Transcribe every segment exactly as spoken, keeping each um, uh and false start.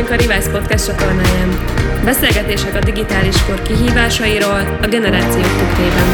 Kövessünk a Rivals Podcast csatornáján. Beszélgetések a digitális kor kihívásairól a generációk tükrében.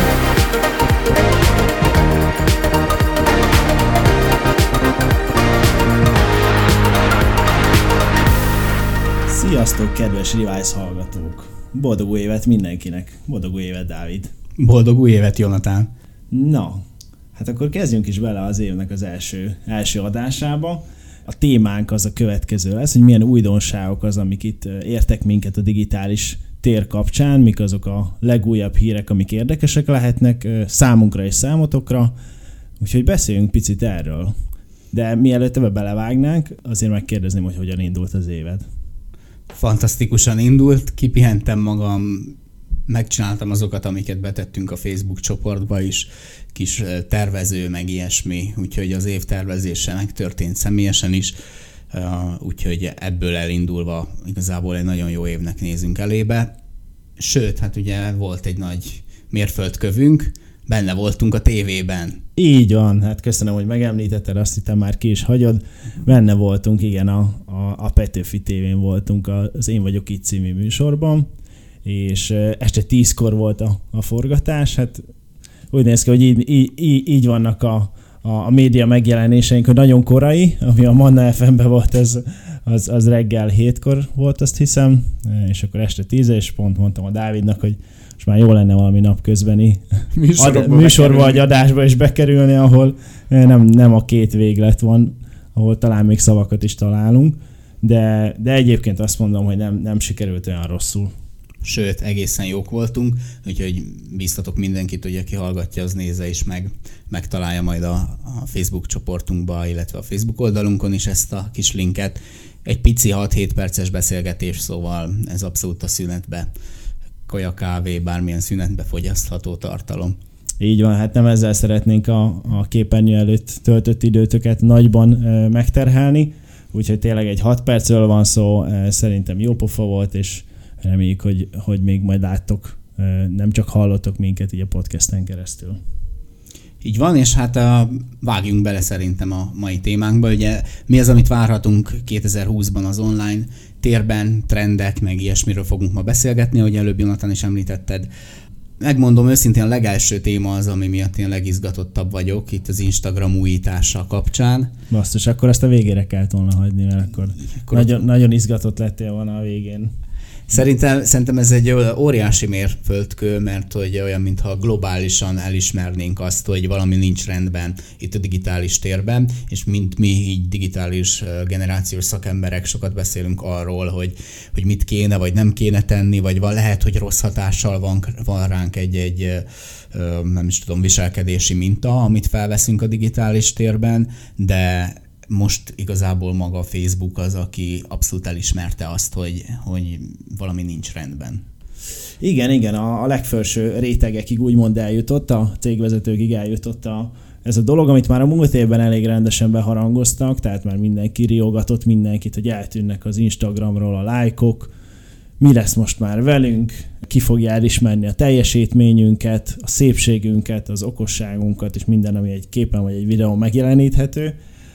Sziasztok, kedves Rivals hallgatók! Boldog új évet mindenkinek! Boldog új évet, Dávid! Boldog új évet, Jonatán! Na, hát akkor kezdjünk is bele az évnek az első, első adásába. A témánk az a következő lesz, hogy milyen újdonságok az, amik itt értek minket a digitális tér kapcsán, mik azok a legújabb hírek, amik érdekesek lehetnek számunkra és számotokra. Úgyhogy beszéljünk picit erről. De mielőtt ebbe belevágnánk, azért megkérdezném, hogy hogyan indult az éved. Fantasztikusan indult, kipihentem magam, megcsináltam azokat, amiket betettünk a Facebook csoportba is, kis tervező, meg ilyesmi, úgyhogy az év tervezése megtörtént személyesen is, úgyhogy ebből elindulva igazából egy nagyon jó évnek nézünk elébe. Sőt, hát ugye volt egy nagy mérföldkövünk, benne voltunk a tévében. Így van, hát köszönöm, hogy megemlítetted, azt hittem már ki is hagyod. Benne voltunk, igen, a, a, a Petőfi tévén voltunk az Én vagyok itt című műsorban, és este tízkor volt a, a forgatás, hát úgy néz ki, hogy így, így, így vannak a, a, a média megjelenéseink, hogy nagyon korai, ami a Manna ef em-ben volt, ez, az, az reggel hétkor volt, azt hiszem, és akkor este tíz, és pont mondtam a Dávidnak, hogy most már jó lenne valami napközbeni ad, műsorba vagy adásba is bekerülni, ahol nem, nem a két véglet van, ahol talán még szavakat is találunk, de, de egyébként azt mondom, hogy nem, nem sikerült olyan rosszul. Sőt, egészen jók voltunk, úgyhogy bíztatok mindenkit, hogy aki hallgatja, az nézze is meg, megtalálja majd a, a Facebook csoportunkba, illetve a Facebook oldalunkon is ezt a kis linket. Egy pici hat-hét perces beszélgetés, szóval ez abszolút a szünetbe, kaja, kávé, bármilyen szünetbe fogyasztható tartalom. Így van, hát nem ezzel szeretnénk a, a képernyő előtt töltött időtöket nagyban e, megterhelni, úgyhogy tényleg egy hat percről van szó, e, szerintem jó pofa volt, és reméljük, hogy, hogy még majd láttok, nem csak hallottok minket így a podcasten keresztül. Így van, és hát a, vágjunk bele szerintem a mai témánkba. Ugye mi az, amit várhatunk kétezer-húszban az online térben, trendek, meg ilyesmiről fogunk ma beszélgetni, ahogy előbb Jonathan is említetted. Megmondom őszintén, a legelső téma az, ami miatt én legizgatottabb vagyok, itt az Instagram újítása kapcsán. Basszus, akkor azt a végére kellett volna hagyni, mert akkor, akkor nagyon, nagyon izgatott lettél volna a végén. Szerintem, szerintem ez egy óriási mérföldkő, mert hogy olyan, mintha globálisan elismernénk azt, hogy valami nincs rendben itt a digitális térben, és mint mi így digitális generációs szakemberek sokat beszélünk arról, hogy, hogy mit kéne, vagy nem kéne tenni, vagy van, lehet, hogy rossz hatással van, van ránk egy-egy nem is tudom, viselkedési minta, amit felveszünk a digitális térben, de most igazából maga a Facebook az, aki abszolút elismerte azt, hogy, hogy valami nincs rendben. Igen, igen, a, a legfelső rétegekig úgymond eljutott, a cégvezetőkig eljutott a, ez a dolog, amit már a múlt évben elég rendesen beharangoztak, tehát már mindenki riogatott mindenkit, hogy eltűnnek az Instagramról a lájkok, mi lesz most már velünk, ki fogja elismerni a teljesítményünket, a szépségünket, az okosságunkat, és minden, ami egy képen vagy egy videón megjeleníthető.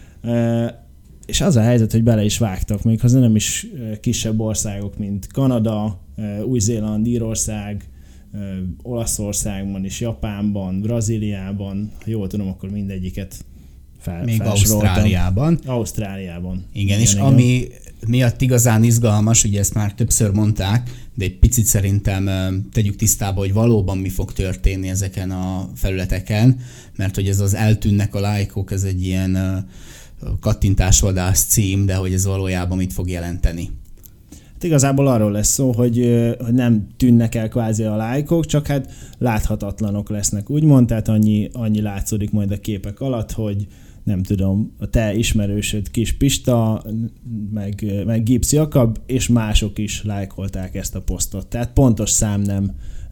Uh, és az a helyzet, hogy bele is vágtak, méghozzá nem is uh, kisebb országok, mint Kanada, uh, Új-Zéland, Írország, uh, Olaszországban és Japánban, Brazíliában, ha jól tudom, akkor mindegyiket fel, még Ausztráliában. Ausztráliában. Igen, igen, és igen. Ami miatt igazán izgalmas, ugye ezt már többször mondták, de egy picit szerintem tegyük tisztába, hogy valóban mi fog történni ezeken a felületeken, mert hogy ez az eltűnnek a lájkok, ez egy ilyen kattintásvadász cím, de hogy ez valójában mit fog jelenteni? Hát igazából arról lesz szó, hogy, hogy nem tűnnek el kvázi a lájkok, csak hát láthatatlanok lesznek, úgymond, tehát annyi, annyi látszódik majd a képek alatt, hogy nem tudom, a te ismerősöd Kis Pista, meg, meg Gibbs Jakab, és mások is lájkolták ezt a posztot. Tehát pontos szám nem,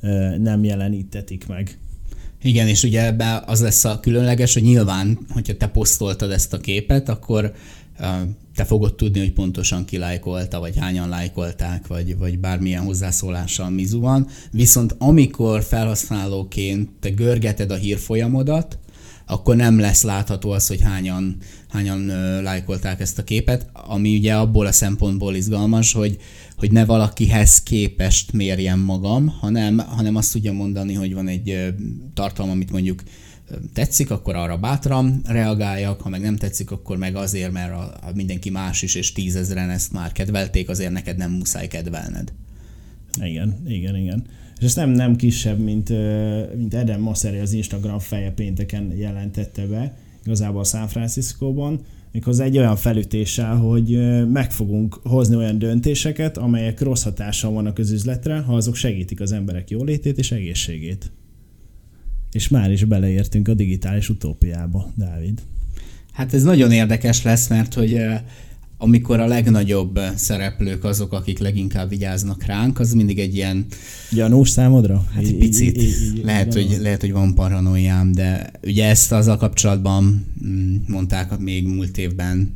nem jelenítetik meg. Igen, és ugye ebben az lesz a különleges, hogy nyilván, hogyha te posztoltad ezt a képet, akkor te fogod tudni, hogy pontosan ki lájkolta, vagy hányan lájkolták, vagy, vagy bármilyen hozzászólással mizu van. Viszont amikor felhasználóként te görgeted a hírfolyamodat, akkor nem lesz látható az, hogy hányan, hányan lájkolták ezt a képet, ami ugye abból a szempontból izgalmas, hogy, hogy ne valakihez képest mérjem magam, hanem, hanem azt tudja mondani, hogy van egy tartalom, amit mondjuk tetszik, akkor arra bátran reagáljak, ha meg nem tetszik, akkor meg azért, mert a, a mindenki más is, és tízezren ezt már kedvelték, azért neked nem muszáj kedvelned. Igen, igen, igen. És ez nem, nem kisebb, mint, mint Adam Mosseri az Instagram feje pénteken jelentette be, igazából San Franciscóban, méghozzá egy olyan felütéssel, hogy meg fogunk hozni olyan döntéseket, amelyek rossz hatással vannak az üzletre, ha azok segítik az emberek jólétét és egészségét. És már is beleértünk a digitális utópiába, Dávid. Hát ez nagyon érdekes lesz, mert hogy amikor a legnagyobb szereplők azok, akik leginkább vigyáznak ránk, az mindig egy ilyen... Gyanús számodra? Hát egy picit. Így, így, így, lehet, hogy, lehet, hogy van paranoiám, de ugye ezt azzal kapcsolatban mondták még múlt évben,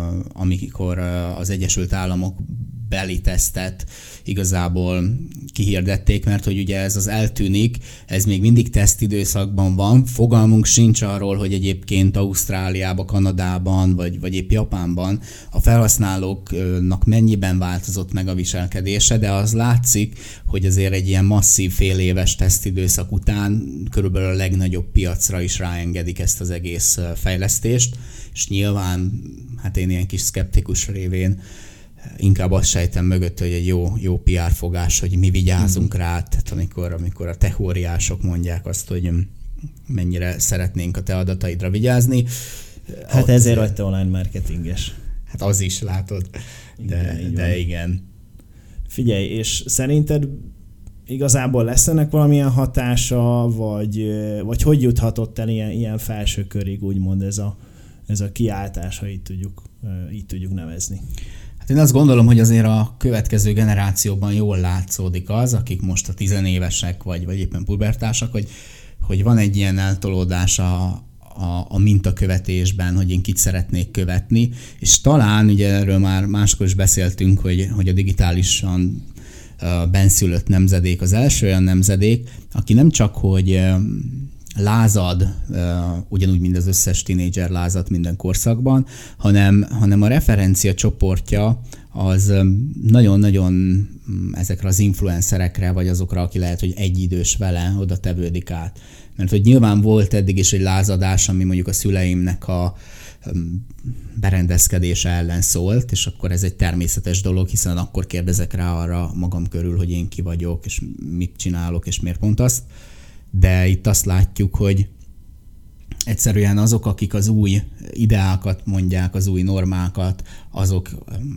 amikor az Egyesült Államok beli tesztet igazából kihirdették, mert hogy ugye ez az eltűnik, ez még mindig tesztidőszakban van, fogalmunk sincs arról, hogy egyébként Ausztráliában, Kanadában, vagy, vagy épp Japánban a felhasználóknak mennyiben változott meg a viselkedése, de az látszik, hogy azért egy ilyen masszív fél éves tesztidőszak után körülbelül a legnagyobb piacra is ráengedik ezt az egész fejlesztést, és nyilván, hát én ilyen kis szkeptikus révén inkább azt sejtem mögött, hogy egy jó, jó pé er fogás, hogy mi vigyázunk mm. rá, tehát amikor, amikor a techóriások mondják azt, hogy mennyire szeretnénk a te adataidra vigyázni. Hát ott, ezért vagy te online marketinges. Hát az is, látod. De igen. De igen. Figyelj, és szerinted igazából lesz ennek valamilyen hatása, vagy, vagy hogy juthatott el ilyen, ilyen felső körig, úgymond ez a, ez a kiáltás, ha így tudjuk, így tudjuk nevezni? Én azt gondolom, hogy azért a következő generációban jól látszódik az, akik most a tizenévesek vagy, vagy éppen pubertásak, hogy, hogy van egy ilyen eltolódás a, a, a mintakövetésben, hogy én kit szeretnék követni, és talán, ugye erről már máskor is beszéltünk, hogy, hogy a digitálisan uh, benszülött nemzedék az első olyan nemzedék, aki nem csak, hogy uh, lázad, uh, ugyanúgy, mint az összes tínédzser lázad minden korszakban, hanem, hanem a referencia csoportja az nagyon-nagyon ezekre az influencerekre, vagy azokra, aki lehet, hogy egyidős vele, oda tevődik át. Mert hogy nyilván volt eddig is egy lázadás, ami mondjuk a szüleimnek a berendezkedése ellen szólt, és akkor ez egy természetes dolog, hiszen akkor kérdezek rá arra magam körül, hogy én ki vagyok, és mit csinálok, és miért pont azt. De itt azt látjuk, hogy egyszerűen azok, akik az új ideákat mondják, az új normákat, azok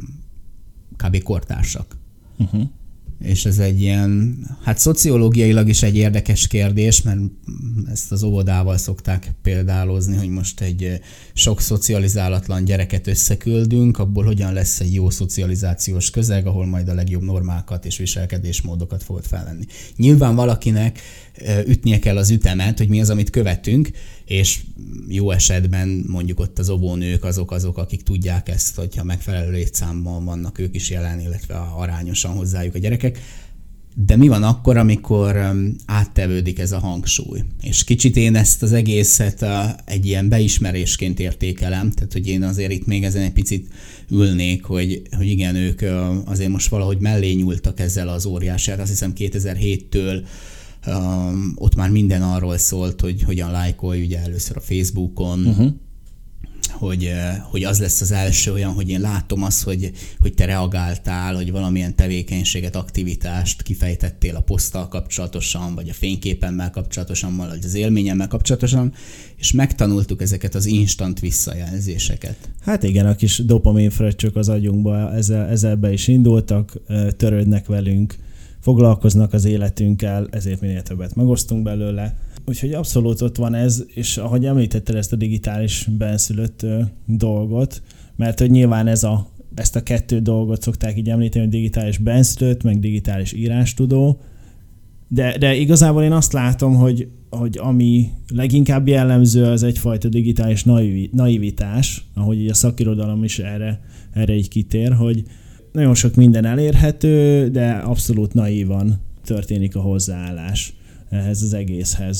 kb. Kortársak. Uh-huh. És ez egy ilyen, hát szociológiailag is egy érdekes kérdés, mert ezt az óvodával szokták példálozni, hogy most egy sok szocializálatlan gyereket összeküldünk, abból hogyan lesz egy jó szocializációs közeg, ahol majd a legjobb normákat és viselkedésmódokat fogod felvenni. Nyilván valakinek ütnie kell az ütemet, hogy mi az, amit követünk, és jó esetben mondjuk ott az óvónők azok azok, akik tudják ezt, hogyha megfelelő létszámban vannak ők is jelen, illetve arányosan hozzájuk a gyerekek. De mi van akkor, amikor áttevődik ez a hangsúly? És kicsit én ezt az egészet egy ilyen beismerésként értékelem, tehát hogy én azért itt még ezen egy picit ülnék, hogy, hogy igen, ők azért most valahogy mellé nyúltak ezzel az óriását. Azt hiszem kétezer-héttől Um, ott már minden arról szólt, hogy hogyan lájkolj, ugye először a Facebookon, uh-huh. hogy, hogy az lesz az első olyan, hogy én látom azt, hogy, hogy te reagáltál, hogy valamilyen tevékenységet, aktivitást kifejtettél a poszttal kapcsolatosan, vagy a fényképemmel kapcsolatosan, vagy az élményemmel kapcsolatosan, és megtanultuk ezeket az instant visszajelzéseket. Hát igen, a kis dopamin fröccsök az agyunkba ezzel, ezzel be is indultak, törődnek velünk, foglalkoznak az életünkkel, ezért minél többet megosztunk belőle. Úgyhogy abszolút ott van ez, és ahogy említetted ezt a digitális benszülött dolgot, mert hogy nyilván ez a, ezt a kettő dolgot szokták így említeni, hogy digitális benszülött, meg digitális írástudó, de, de igazából én azt látom, hogy, hogy ami leginkább jellemző, az egyfajta digitális naivitás, ahogy a szakirodalom is erre, erre így kitér, hogy nagyon sok minden elérhető, de abszolút naívan történik a hozzáállás ehhez az egészhez.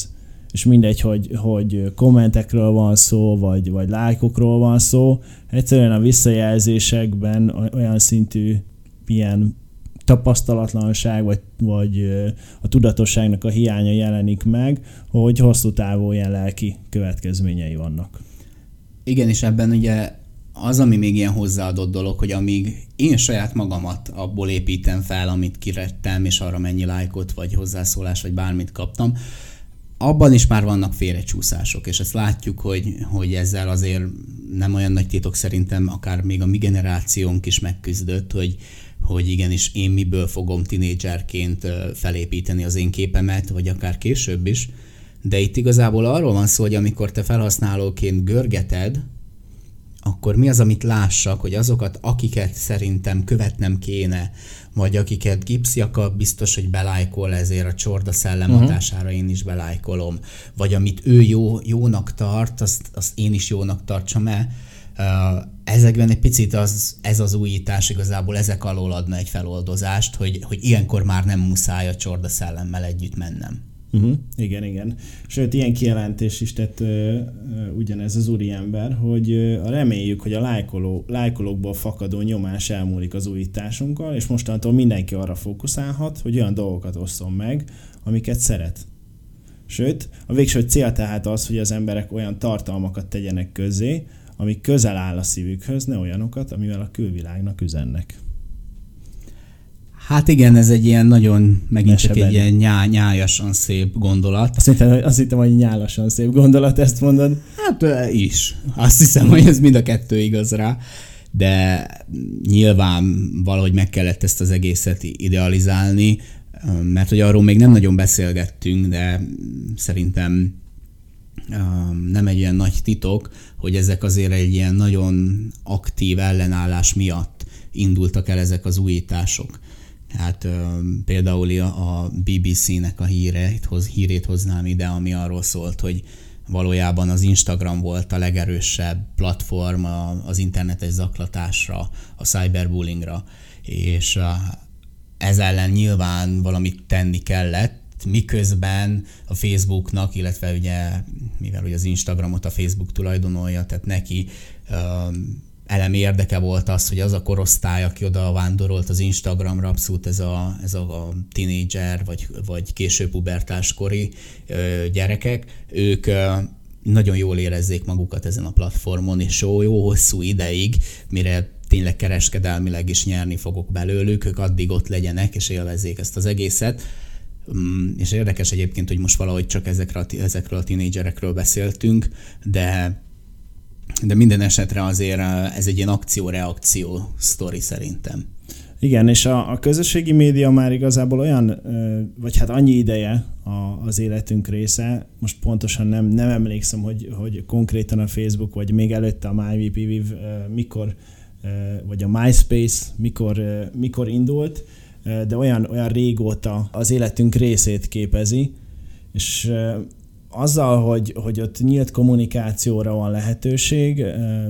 és mindegy, hogy, hogy kommentekről van szó, vagy, vagy lájkokról van szó, egyszerűen a visszajelzésekben olyan szintű ilyen tapasztalatlanság, vagy, vagy a tudatosságnak a hiánya jelenik meg, hogy hosszú távú ilyen lelki következményei vannak. Igen, és ebben ugye az, ami még ilyen hozzáadott dolog, hogy amíg én saját magamat abból építem fel, amit kirettem, és arra mennyi lájkot, vagy hozzászólás, vagy bármit kaptam, abban is már vannak félrecsúszások, és ezt látjuk, hogy, hogy ezzel azért nem olyan nagy titok szerintem, akár még a mi generációnk is megküzdött, hogy, hogy igenis én miből fogom tinédzserként felépíteni az én képemet, vagy akár később is. De itt igazából arról van szó, hogy amikor te felhasználóként görgeted, akkor mi az, amit lássak, hogy azokat, akiket szerintem követnem kéne, vagy akiket Gipsziaka biztos, hogy belájkol, ezért a csorda szellem uh-huh. hatására én is belájkolom, vagy amit ő jó, jónak tart, azt, azt én is jónak tartsam-e. Ezekben egy picit az, ez az újítás igazából ezek alól adna egy feloldozást, hogy, hogy ilyenkor már nem muszáj a csorda szellemmel együtt mennem. Uh-huh. Igen, igen. Sőt, ilyen kijelentés is tett ö, ö, ugyanez az úriember, hogy ö, reméljük, hogy a lájkoló, lájkolókból fakadó nyomás elmúlik az újításunkkal, és mostantól mindenki arra fókuszálhat, hogy olyan dolgokat osszon meg, amiket szeret. Sőt, a végső cél tehát az, hogy az emberek olyan tartalmakat tegyenek közzé, amik közel áll a szívükhöz, ne olyanokat, amivel a külvilágnak üzennek. Hát igen, ez egy ilyen nagyon, megint csak egy ilyen nyá, nyájasan szép gondolat. Azt hittem, azt hittem, hogy nyálasan szép gondolat, ezt mondod? Hát is. Azt hiszem, hogy ez mind a kettő igaz rá, de nyilván valahogy meg kellett ezt az egészet idealizálni, mert hogy arról még nem nagyon beszélgettünk, de szerintem nem egy ilyen nagy titok, hogy ezek azért egy ilyen nagyon aktív ellenállás miatt indultak el ezek az újítások. Hát például a bé bé cé-nek a hírét, hírét hoznám ide, ami arról szólt, hogy valójában az Instagram volt a legerősebb platform az internetes zaklatásra, a cyberbullyingra, és ez ellen nyilván valamit tenni kellett, miközben a Facebooknak, illetve ugye, mivel ugye az Instagramot a Facebook tulajdonolja, tehát neki elemi érdeke volt az, hogy az a korosztály, aki oda vándorolt az Instagramra, abszolút ez a, ez a tínédzser, vagy, vagy késő pubertáskori gyerekek, ők nagyon jól érezzék magukat ezen a platformon, és jó, jó hosszú ideig, mire tényleg kereskedelmileg is nyerni fogok belőlük, ők addig ott legyenek, és élvezzék ezt az egészet. És érdekes egyébként, hogy most valahogy csak ezekről a, ezekről a tínédzserekről beszéltünk, de De minden esetre azért ez egy ilyen akció-reakció sztori szerintem. Igen, és a, a közösségi média már igazából olyan, vagy hát annyi ideje a, az életünk része, most pontosan nem, nem emlékszem, hogy, hogy konkrétan a Facebook, vagy még előtte a MyVPViv mikor, vagy a MySpace mikor, mikor indult, de olyan, olyan régóta az életünk részét képezi, és azzal, hogy, hogy ott nyílt kommunikációra van lehetőség,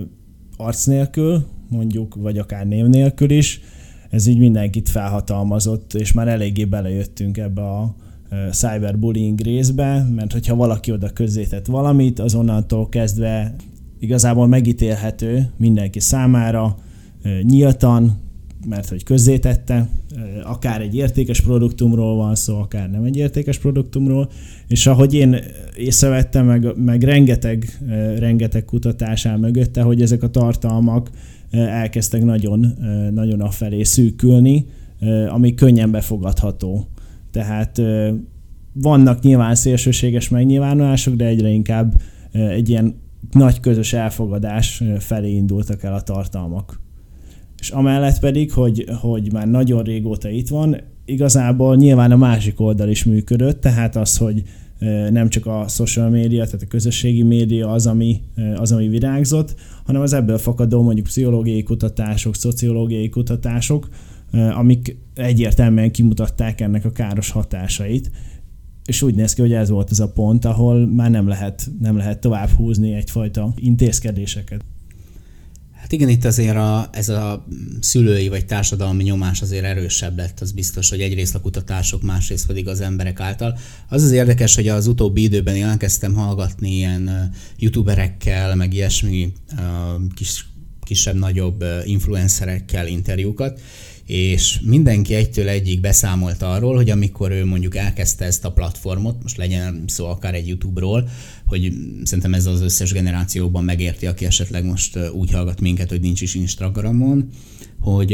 arc nélkül, mondjuk, vagy akár név nélkül is, ez így mindenkit felhatalmazott, és már eléggé belejöttünk ebbe a cyberbullying részbe, mert hogyha valaki oda közzétett valamit, azonnantól kezdve igazából megítélhető mindenki számára, nyíltan, mert hogy közzétette, akár egy értékes produktumról van szó, akár nem egy értékes produktumról, és ahogy én észrevettem, meg, meg rengeteg, rengeteg kutatás áll mögötte, hogy ezek a tartalmak elkezdtek nagyon, nagyon afelé szűkülni, ami könnyen befogadható. Tehát vannak nyilván szélsőséges megnyilvánulások, de egyre inkább egy ilyen nagy közös elfogadás felé indultak el a tartalmak. És amellett pedig, hogy, hogy már nagyon régóta itt van, igazából nyilván a másik oldal is működött, tehát az, hogy nem csak a social media, tehát a közösségi média az, ami, az, ami virágzott, hanem az ebből fakadó mondjuk pszichológiai kutatások, szociológiai kutatások, amik egyértelműen kimutatták ennek a káros hatásait. És úgy néz ki, hogy ez volt az a pont, ahol már nem lehet, nem lehet tovább húzni egyfajta intézkedéseket. Hát igen, itt azért a, ez a szülői vagy társadalmi nyomás azért erősebb lett, az biztos, hogy egyrészt a kutatások, másrészt pedig az emberek által. Az az érdekes, hogy az utóbbi időben én elkezdtem hallgatni ilyen youtuberekkel, meg ilyesmi kis, kisebb-nagyobb influencerekkel interjúkat, és mindenki egytől egyig beszámolt arról, hogy amikor ő mondjuk elkezdte ezt a platformot, most legyen szó akár egy YouTube-ról, hogy szerintem ez az összes generációban megérti, aki esetleg most úgy hallgat minket, hogy nincs is Instagramon, hogy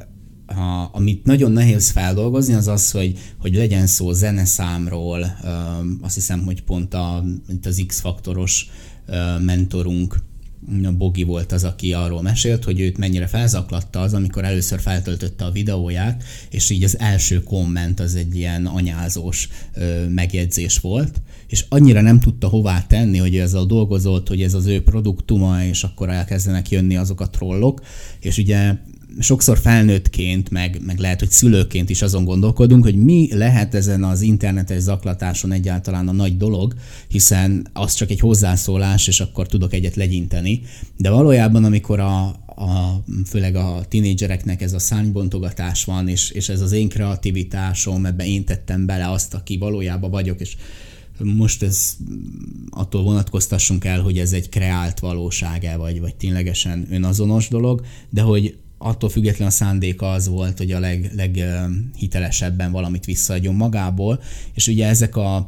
a, amit nagyon nehéz feldolgozni, az az, hogy, hogy legyen szó zeneszámról, azt hiszem, hogy pont a, itt az X-faktoros mentorunk, Bogi volt az, aki arról mesélt, hogy őt mennyire felzaklatta az, amikor először feltöltötte a videóját, és így az első komment az egy ilyen anyázós ö, megjegyzés volt, és annyira nem tudta hová tenni, hogy ezzel dolgozott, hogy ez az ő produktuma, és akkor elkezdenek jönni azok a trollok, és ugye sokszor felnőttként, meg, meg lehet, hogy szülőként is azon gondolkodunk, hogy mi lehet ezen az internetes zaklatáson egyáltalán a nagy dolog, hiszen az csak egy hozzászólás, és akkor tudok egyet legyinteni. De valójában, amikor a, a, főleg a tínédzsereknek ez a szárnybontogatás van, és, és ez az én kreativitásom, ebben én tettem bele azt, aki valójában vagyok, és most ez attól vonatkoztassunk el, hogy ez egy kreált valóság-e, vagy, vagy ténylegesen önazonos dolog, de hogy attól függetlenül a szándéka az volt, hogy a leg, leghitelesebben valamit visszaadjon magából, és ugye ezek a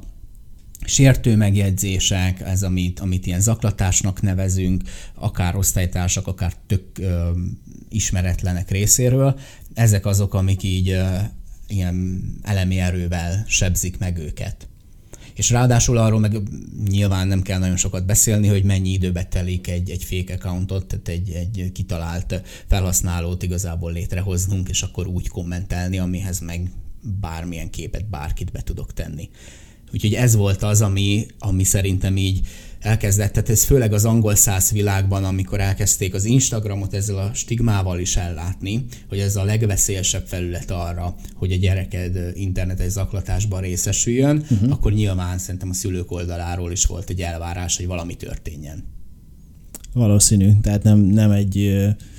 sértő megjegyzések, ez amit, amit ilyen zaklatásnak nevezünk, akár osztálytársak, akár tök ö, ismeretlenek részéről, ezek azok, amik így ö, ilyen elemi erővel sebzik meg őket. És ráadásul arról meg nyilván nem kell nagyon sokat beszélni, hogy mennyi időbe telik egy, egy fake accountot, tehát egy, egy kitalált felhasználót igazából létrehoznunk, és akkor úgy kommentelni, amihez meg bármilyen képet, bárkit be tudok tenni. Úgyhogy ez volt az, ami, ami szerintem így elkezdett, tehát ez főleg az angol száz világban, amikor elkezdték az Instagramot ezzel a stigmával is ellátni, hogy ez a legveszélyesebb felület arra, hogy a gyereked internetes zaklatásban részesüljön, uh-huh. akkor nyilván szerintem a szülők oldaláról is volt egy elvárás, hogy valami történjen. Valószínű, tehát nem, nem egy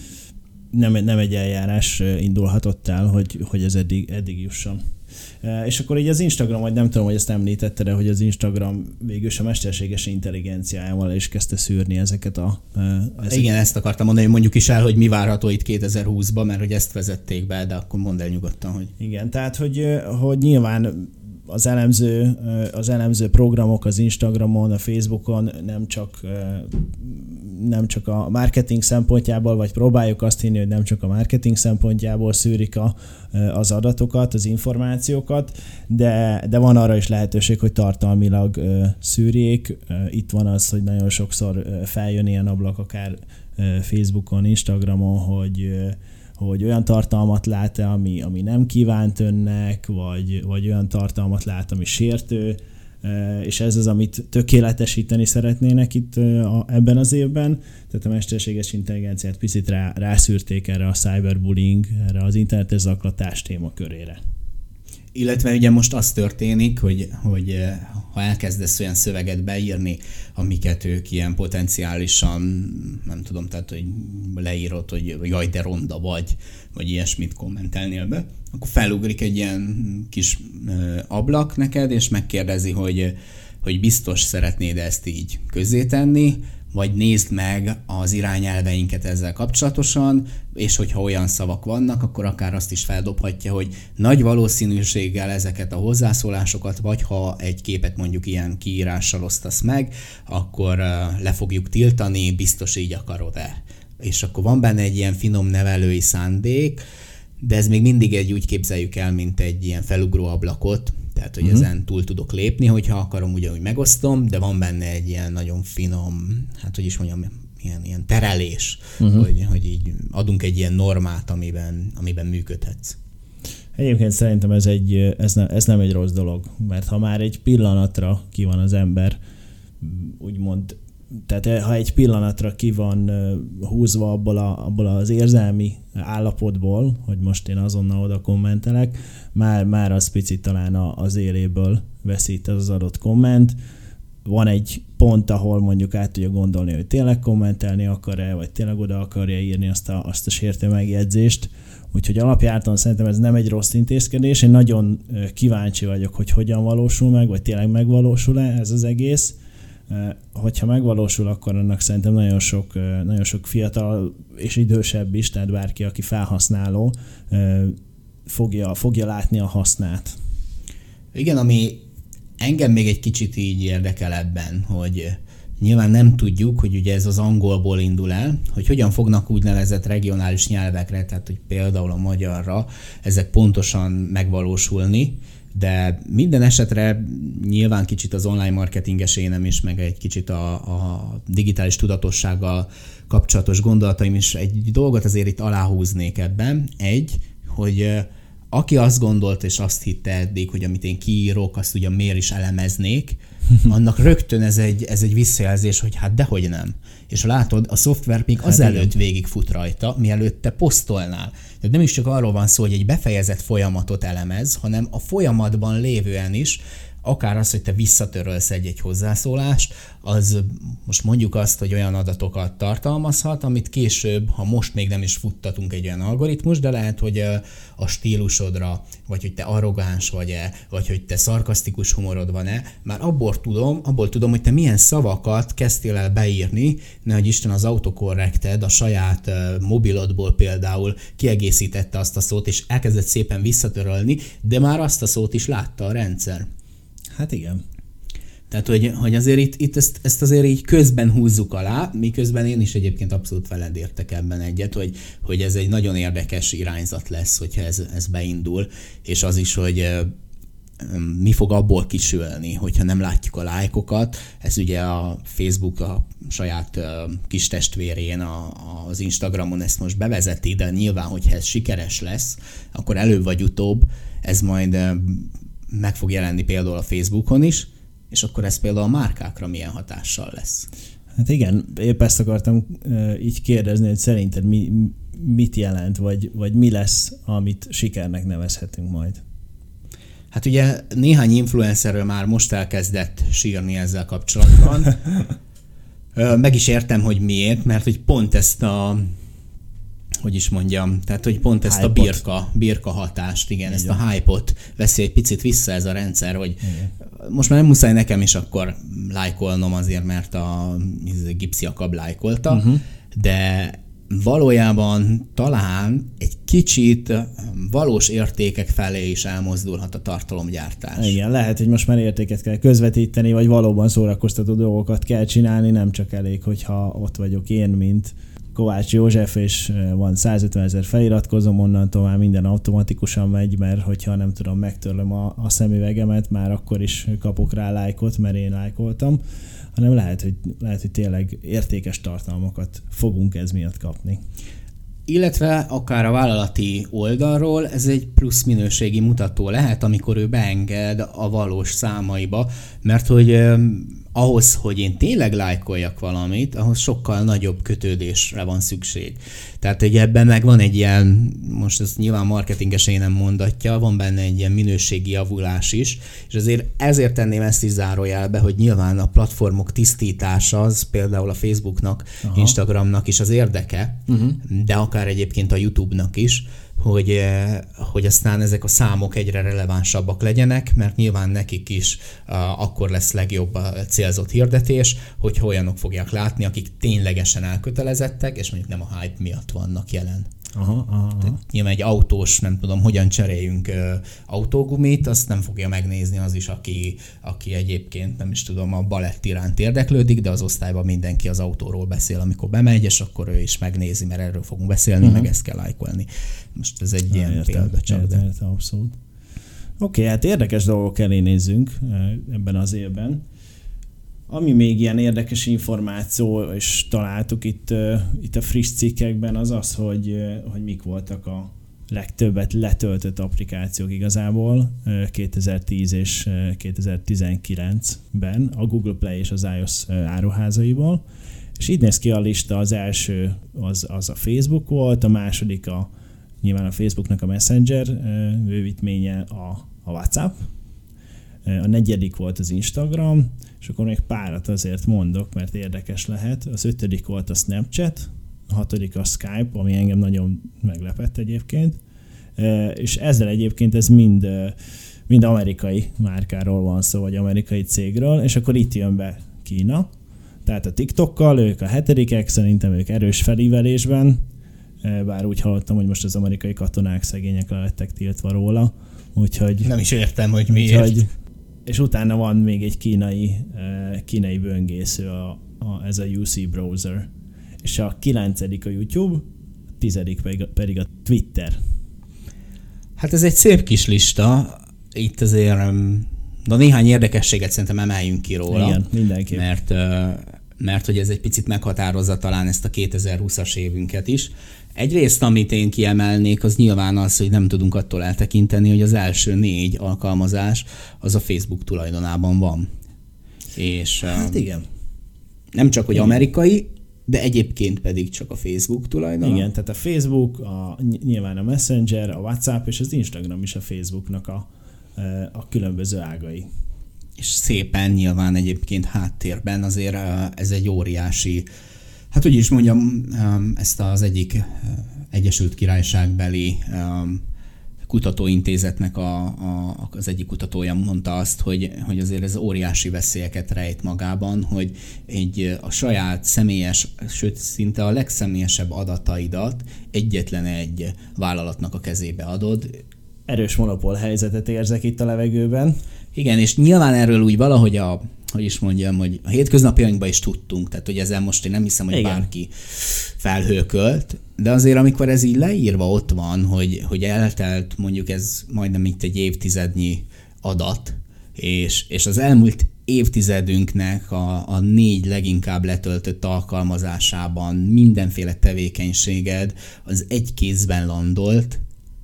nem, nem egy eljárás indulhatott el, hogy, hogy ez eddig, eddig jusson. És akkor így az Instagram, vagy nem tudom, hogy ezt említette, de hogy az Instagram végül a mesterséges intelligenciájával is kezdte szűrni ezeket a... Ezeket. Igen, ezt akartam mondani, hogy mondjuk is el, hogy mi várható itt kétezer-húszban, mert hogy ezt vezették be, de akkor mondd el nyugodtan, hogy... Igen, tehát hogy, hogy nyilván az elemző, az elemző programok az Instagramon, a Facebookon nem csak, nem csak a marketing szempontjából, vagy próbáljuk azt hinni, hogy nem csak a marketing szempontjából szűrik a, az adatokat, az információkat, de, de van arra is lehetőség, hogy tartalmilag szűrjék. Itt van az, hogy nagyon sokszor feljön ilyen ablak, akár Facebookon, Instagramon, hogy hogy olyan tartalmat lát-e, ami, ami nem kívánt önnek, vagy, vagy olyan tartalmat lát, ami sértő, és ez az, amit tökéletesíteni szeretnének itt ebben az évben. Tehát a mesterséges intelligenciát picit rá, rászűrték erre a cyberbullying, erre az internetes zaklatás témakörére. Illetve ugye most az történik, hogy, hogy ha elkezdesz olyan szöveget beírni, amiket ők ilyen potenciálisan, nem tudom, tehát hogy leírod, hogy jaj, de ronda vagy, vagy ilyesmit kommentelnél be, akkor felugrik egy ilyen kis ablak neked, és megkérdezi, hogy, hogy biztos szeretnéd ezt így közzétenni, vagy nézd meg az irányelveinket ezzel kapcsolatosan, és hogyha olyan szavak vannak, akkor akár azt is feldobhatja, hogy nagy valószínűséggel ezeket a hozzászólásokat, vagy ha egy képet mondjuk ilyen kiírással osztasz meg, akkor le fogjuk tiltani, biztos így akarod-e. És akkor van benne egy ilyen finom nevelői szándék, de ez még mindig egy úgy képzeljük el, mint egy ilyen felugró ablakot, tehát, hogy uh-huh. ezen túl tudok lépni, hogyha akarom, ugyanúgy megosztom, de van benne egy ilyen nagyon finom, hát hogy is mondjam, ilyen, ilyen terelés, uh-huh. hogy, hogy így adunk egy ilyen normát, amiben, amiben működhetsz. Egyébként szerintem ez, egy, ez, ne, ez nem egy rossz dolog, mert ha már egy pillanatra ki van az ember, úgymond, tehát ha egy pillanatra ki van húzva abból, a, abból az érzelmi állapotból, hogy most én azonnal oda kommentelek, már, már az picit talán az éléből veszít az adott komment. van egy pont, ahol mondjuk át tudja gondolni, hogy tényleg kommentelni akar-e, vagy tényleg oda akarja írni azt a, azt a sértő megjegyzést. Úgyhogy alapjártan szerintem ez nem egy rossz intézkedés. Én nagyon kíváncsi vagyok, hogy hogyan valósul meg, vagy tényleg megvalósul-e ez az egész. Hogyha megvalósul, akkor annak szerintem nagyon sok, nagyon sok fiatal és idősebb is, tehát bárki, aki felhasználó, fogja, fogja látni a hasznát. Igen, ami engem még egy kicsit így érdekel ebben, hogy nyilván nem tudjuk, hogy ugye ez az angolból indul el, hogy hogyan fognak úgynevezett regionális nyelvekre, tehát hogy például a magyarra ezek pontosan megvalósulni, de minden esetre nyilván kicsit az online marketinges énem is, meg egy kicsit a, a digitális tudatossággal kapcsolatos gondolataim is egy dolgot azért itt aláhúznék ebben. Egy, hogy aki azt gondolt és azt hitte eddig, hogy amit én kiírok, azt ugye miért is elemeznék, annak rögtön ez egy, ez egy visszajelzés, hogy hát dehogy nem. És látod, a szoftver még hát azelőtt végigfut rajta, mielőtt te posztolnál. Tehát nem is csak arról van szó, hogy egy befejezett folyamatot elemez, hanem a folyamatban lévően is, akár az, hogy te visszatörölsz egy-egy hozzászólást, az most mondjuk azt, hogy olyan adatokat tartalmazhat, amit később, ha most még nem is futtatunk egy olyan algoritmus, de lehet, hogy a stílusodra, vagy hogy te arrogáns vagy-e, vagy hogy te szarkasztikus humorod van-e, már abból tudom, abból tudom, hogy te milyen szavakat kezdtél el beírni, nehogy Isten az autokorrekted a saját mobilodból például kiegészítette azt a szót, és elkezdett szépen visszatörölni, de már azt a szót is látta a rendszer. Hát igen. Tehát, hogy, hogy azért itt, itt ezt, ezt azért így közben húzzuk alá, miközben én is egyébként abszolút veled értek ebben egyet, hogy, hogy ez egy nagyon érdekes irányzat lesz, hogyha ez, ez beindul, és az is, hogy mi fog abból kisülni, hogyha nem látjuk a lájkokat. Ez ugye a Facebook a saját kis testvérén, a, az Instagramon ezt most bevezeti, de nyilván, hogyha ez sikeres lesz, akkor előbb vagy utóbb ez majd meg fog jelenni például a Facebookon is, és akkor ez például a márkákra milyen hatással lesz. Hát igen, épp ezt akartam uh, így kérdezni, hogy szerinted mi, mit jelent, vagy, vagy mi lesz, amit sikernek nevezhetünk majd? Hát ugye néhány influencerről már most elkezdett sírni ezzel kapcsolatban. Meg is értem, hogy miért, mert hogy pont ezt a hogy is mondjam, tehát hogy pont ezt hype-ot. a birka, birka hatást, igen, igen, ezt a hype-ot veszi egy picit vissza ez a rendszer, hogy igen. Most már nem muszáj nekem is akkor lájkolnom azért, mert a Gipsy Akab lájkolta, uh-huh. de valójában talán egy kicsit valós értékek felé is elmozdulhat a tartalomgyártás. Igen, lehet, hogy most már értéket kell közvetíteni, vagy valóban szórakoztató dolgokat kell csinálni, nem csak elég, hogyha ott vagyok én, mint Kovács József, és van százötvenezer feliratkozom, onnantól már minden automatikusan megy, mert hogyha nem tudom, megtörlöm a, a szemüvegemet, már akkor is kapok rá lájkot, mert én lájkoltam, hanem lehet, hogy, lehet, hogy tényleg értékes tartalmakat fogunk ez miatt kapni. Illetve akár a vállalati oldalról ez egy plusz minőségi mutató lehet, amikor ő beenged a valós számaiba, mert hogy eh, ahhoz, hogy én tényleg lájkoljak valamit, ahhoz sokkal nagyobb kötődésre van szükség. Tehát hogy ebben meg van egy ilyen, most ez nyilván marketinges én nem mondatja, van benne egy ilyen minőségi javulás is, és azért ezért tenném ezt is zárójelbe, hogy nyilván a platformok tisztítása az például a Facebooknak, aha. Instagramnak is az érdeke, uh-huh. de akár egyébként a YouTube-nak is, hogy, hogy aztán ezek a számok egyre relevánsabbak legyenek, mert nyilván nekik is uh, akkor lesz legjobb a célzott hirdetés, hogy olyanok fogják látni, akik ténylegesen elkötelezettek, és mondjuk nem a hype miatt vannak jelen. Aha, aha. Tehát nyilván egy autós, nem tudom, hogyan cseréljünk uh, autógumit, azt nem fogja megnézni az is, aki, aki egyébként, nem is tudom, a balett iránt érdeklődik, de az osztályban mindenki az autóról beszél, amikor bemegy, és akkor ő is megnézi, mert erről fogunk beszélni, uh-huh. meg ezt kell lájkolni. Most ez egy ilyen példa csak. Értem, értem, abszolút. Oké, okay, hát érdekes dolgok elé nézzünk ebben az évben. Ami még ilyen érdekes információ, és találtuk itt, uh, itt a friss cikkekben, az az, hogy, uh, hogy mik voltak a legtöbbet letöltött applikációk igazából uh, kétezer-tíz és uh, kétezer-tizenkilencben a Google Play és az iOS uh, áruházaiból. És így néz ki a lista, az első az, az a Facebook volt, a második a, nyilván a Facebooknak a Messenger uh, bővítménye a, a WhatsApp, A negyedik volt az Instagram, és akkor még párat azért mondok, mert érdekes lehet. Az ötödik volt a Snapchat, a hatodik a Skype, ami engem nagyon meglepett egyébként. És ezzel egyébként ez mind, mind amerikai márkáról van szó, vagy amerikai cégről, és akkor itt jön be Kína. Tehát a TikTokkal, ők a hetedikek, szerintem ők erős felívelésben, bár úgy hallottam, hogy most az amerikai katonák szegények le lettek tiltva róla, úgyhogy... Nem is értem, hogy miért. Úgyhogy, és utána van még egy kínai, kínai böngésző, a, a, ez a U C browser. És a kilencedik a YouTube, a tizedik pedig a Twitter. Hát ez egy szép kis lista. Itt azért de néhány érdekességet szerintem emeljünk ki róla. Igen, mindenképp. Mert, mert hogy ez egy picit meghatározza talán ezt a kétezer-húszas évünket is. Egyrészt, amit én kiemelnék, az nyilván az, hogy nem tudunk attól eltekinteni, hogy az első négy alkalmazás az a Facebook tulajdonában van. És hát igen. Nem csak, hogy igen. amerikai, de egyébként pedig csak a Facebook tulajdona. Igen, tehát a Facebook, a, nyilván a Messenger, a WhatsApp és az Instagram is a Facebooknak a, a különböző ágai. És szépen nyilván egyébként háttérben azért ez egy óriási, hát úgy is mondjam, ezt az egyik Egyesült Királyságbeli kutatóintézetnek a, a, az egyik kutatója mondta azt, hogy, hogy azért ez óriási veszélyeket rejt magában, hogy egy a saját személyes, sőt szinte a legszemélyesebb adataidat egyetlen egy vállalatnak a kezébe adod. Erős monopól helyzetet érzek itt a levegőben. Igen, és nyilván erről úgy valahogy a, hogy is mondjam, hogy a hétköznapjainkban is tudtunk, tehát hogy ezzel most én nem hiszem, hogy igen. bárki felhőkölt, de azért amikor ez így leírva ott van, hogy, hogy eltelt mondjuk ez majdnem itt egy évtizednyi adat, és, és az elmúlt évtizedünknek a, a négy leginkább letöltött alkalmazásában mindenféle tevékenységed az egy kézben landolt,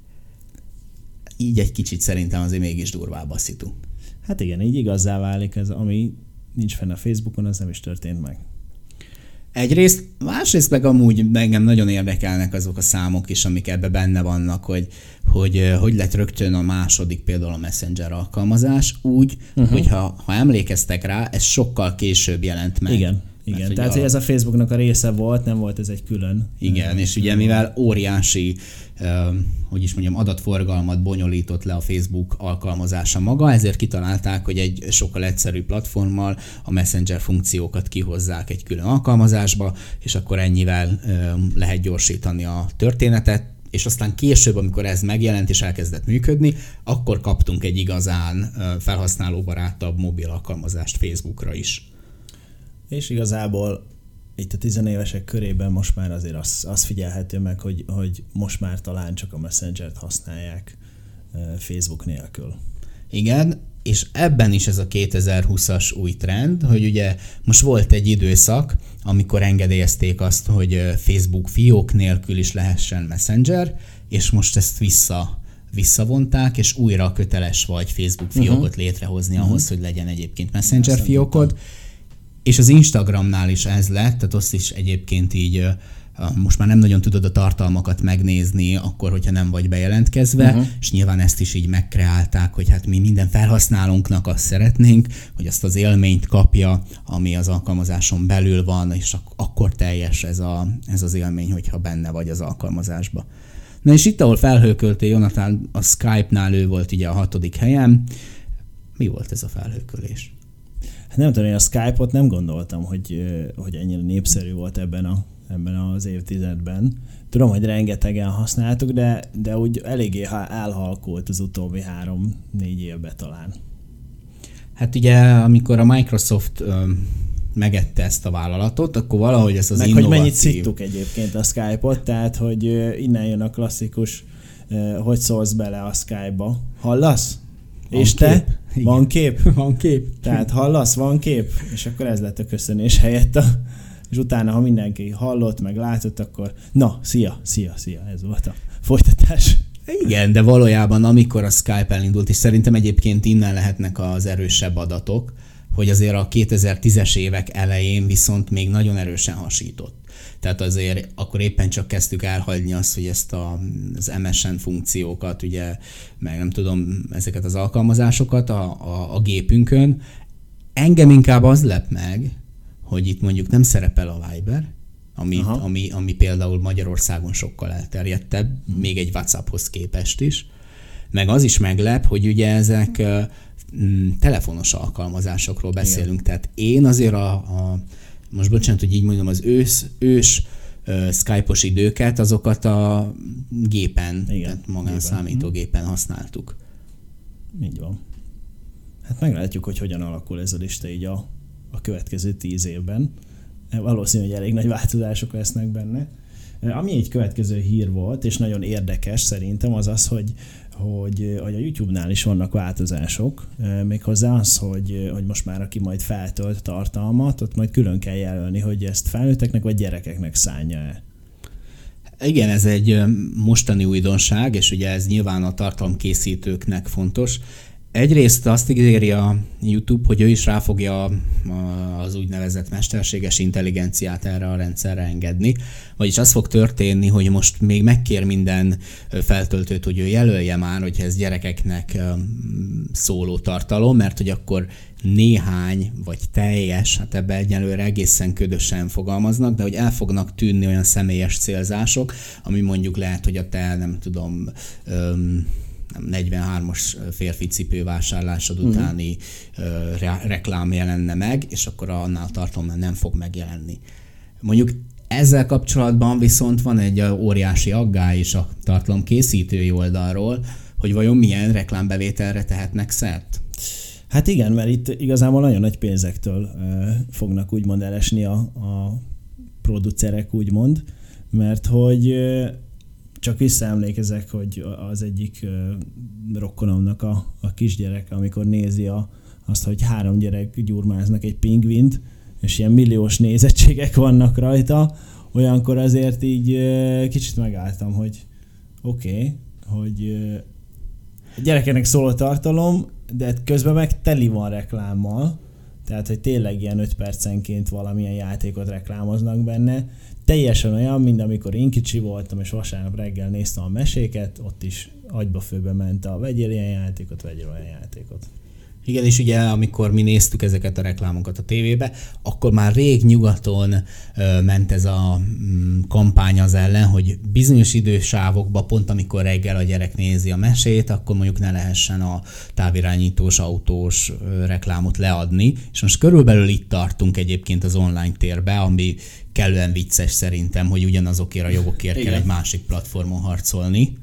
így egy kicsit szerintem azért mégis durvább a szitu. Hát igen, így igazzá válik ez, ami nincs fenn a Facebookon, az nem is történt meg. Egyrészt, másrészt meg amúgy engem nagyon érdekelnek azok a számok is, amik ebbe benne vannak, hogy hogy, hogy lett rögtön a második például a Messenger alkalmazás, úgy, uh-huh. hogy ha, ha emlékeztek rá, ez sokkal később jelent meg. Igen. Igen, mert, tehát hogy ez a Facebooknak a része volt, nem volt ez egy külön. Igen, és ugye mivel óriási, hogy is mondjam, adatforgalmat bonyolított le a Facebook alkalmazása maga, ezért kitalálták, hogy egy sokkal egyszerűbb platformmal a Messenger funkciókat kihozzák egy külön alkalmazásba, és akkor ennyivel lehet gyorsítani a történetet, és aztán később, amikor ez megjelent és elkezdett működni, akkor kaptunk egy igazán felhasználóbarátabb mobil alkalmazást Facebookra is. És igazából itt a tizenévesek körében most már azért az, az figyelhető meg, hogy, hogy most már talán csak a Messengert használják Facebook nélkül. Igen, és ebben is ez a kétezer-húszas új trend, hogy ugye most volt egy időszak, amikor engedélyezték azt, hogy Facebook fiók nélkül is lehessen Messenger, és most ezt vissza visszavonták, és újra köteles vagy Facebook fiókot uh-huh. létrehozni ahhoz, uh-huh. hogy legyen egyébként Messenger Azt fiókod. Tudtam. És az Instagramnál is ez lett, tehát azt is egyébként így most már nem nagyon tudod a tartalmakat megnézni, akkor, hogyha nem vagy bejelentkezve, uh-huh. és nyilván ezt is így megkreálták, hogy hát mi minden felhasználónknak azt szeretnénk, hogy azt az élményt kapja, ami az alkalmazáson belül van, és ak- akkor teljes ez, a, ez az élmény, hogyha benne vagy az alkalmazásba. Na és itt, ahol felhőköltél, Jonathan, a Skype-nál ő volt ugye a hatodik helyen. Mi volt ez a felhőkölés? Hát nem tudom, én a Skype-ot nem gondoltam, hogy, hogy ennyire népszerű volt ebben, a, ebben az évtizedben. Tudom, hogy rengetegen használtuk, de, de úgy eléggé elhalkult az utóbbi három-négy évben talán. Hát ugye, amikor a Microsoft öm, megette ezt a vállalatot, akkor valahogy ez az meg innováció... Meg hogy mennyit szittuk egyébként a Skype-ot, tehát hogy innen jön a klasszikus, hogy szólsz bele a Skype-ba. Hallasz? Van és te? Kép. Van kép? Van kép. Tehát hallasz, van kép? És akkor ez lett a köszönés helyett. A, és utána, ha mindenki hallott, meg látott, akkor na, szia, szia, szia, ez volt a folytatás. Igen, de valójában amikor a Skype elindult, és szerintem egyébként innen lehetnek az erősebb adatok, hogy azért a kétezer-tízes évek elején viszont még nagyon erősen hasított. Tehát azért akkor éppen csak kezdtük elhagyni azt, hogy ezt a, az em es en funkciókat, ugye, meg nem tudom, ezeket az alkalmazásokat a, a, a gépünkön. Engem inkább az lep meg, hogy itt mondjuk nem szerepel a Viber, ami, ami, ami például Magyarországon sokkal elterjedtebb, még egy WhatsApphoz képest is. Meg az is meglep, hogy ugye ezek mm, telefonos alkalmazásokról beszélünk. Igen. Tehát én azért a, a most bocsánat, hogy így mondom, az ősz, ős uh, Skype-os időket, azokat a gépen, igen, tehát magán számítógépen használtuk. Így van. Hát meglátjuk, hogy hogyan alakul ez a lista így a, a következő tíz évben. Valószínű, hogy elég nagy változások lesznek benne. Ami egy következő hír volt, és nagyon érdekes szerintem, az az, hogy, hogy, hogy a YouTube-nál is vannak változások. Méghozzá az, hogy, hogy most már aki majd feltölt tartalmat, ott majd külön kell jelölni, hogy ezt felnőtteknek vagy gyerekeknek szánja-e. Igen, ez egy mostani újdonság, és ugye ez nyilván a tartalomkészítőknek fontos. Egyrészt azt ígéri a YouTube, hogy ő is rá fogja az úgynevezett mesterséges intelligenciát erre a rendszerre engedni. Vagyis az fog történni, hogy most még megkér minden feltöltőt, hogy ő jelölje már, hogy ez gyerekeknek szóló tartalom, mert hogy akkor néhány vagy teljes, hát ebben egyelőre egészen ködösen fogalmaznak, de hogy el fognak tűnni olyan személyes célzások, ami mondjuk lehet, hogy a te, nem tudom, öm, negyvenhármas férfi cipővásárlásod uh-huh. utáni uh, re- reklám jelenne meg, és akkor annál tartalommal nem fog megjelenni. Mondjuk ezzel kapcsolatban viszont van egy óriási aggály is a tartalomkészítői oldalról, hogy vajon milyen reklámbevételre tehetnek szert. Hát igen, mert itt igazából nagyon nagy pénzektől uh, fognak úgymond elesni a, a producerek, úgymond, mert hogy uh, csak visszaemlékezek, hogy az egyik uh, rokkonomnak a, a kisgyerek, amikor nézi a, azt, hogy három gyerek gyurmáznak egy pingvint, és ilyen milliós nézettségek vannak rajta, olyankor azért így uh, kicsit megálltam, hogy oké, okay, hogy uh, gyerekeknek szóló tartalom, de közben meg teli van reklámmal, tehát, hogy tényleg ilyen öt percenként valamilyen játékot reklámoznak benne. Teljesen olyan, mint amikor én kicsi voltam, és vasárnap reggel néztem a meséket, ott is agyba főbe ment a vegyél ilyen játékot, vegyél olyan játékot. Igen, és ugye amikor mi néztük ezeket a reklámokat a tévébe, akkor már rég nyugaton ö, ment ez a mm, kampány az ellen, hogy bizonyos idősávokban, pont amikor reggel a gyerek nézi a mesét, akkor mondjuk ne lehessen a távirányítós, autós ö, reklámot leadni. És most körülbelül itt tartunk egyébként az online térbe, ami kellően vicces szerintem, hogy ugyanazokért a jogokért kell egy másik platformon harcolni.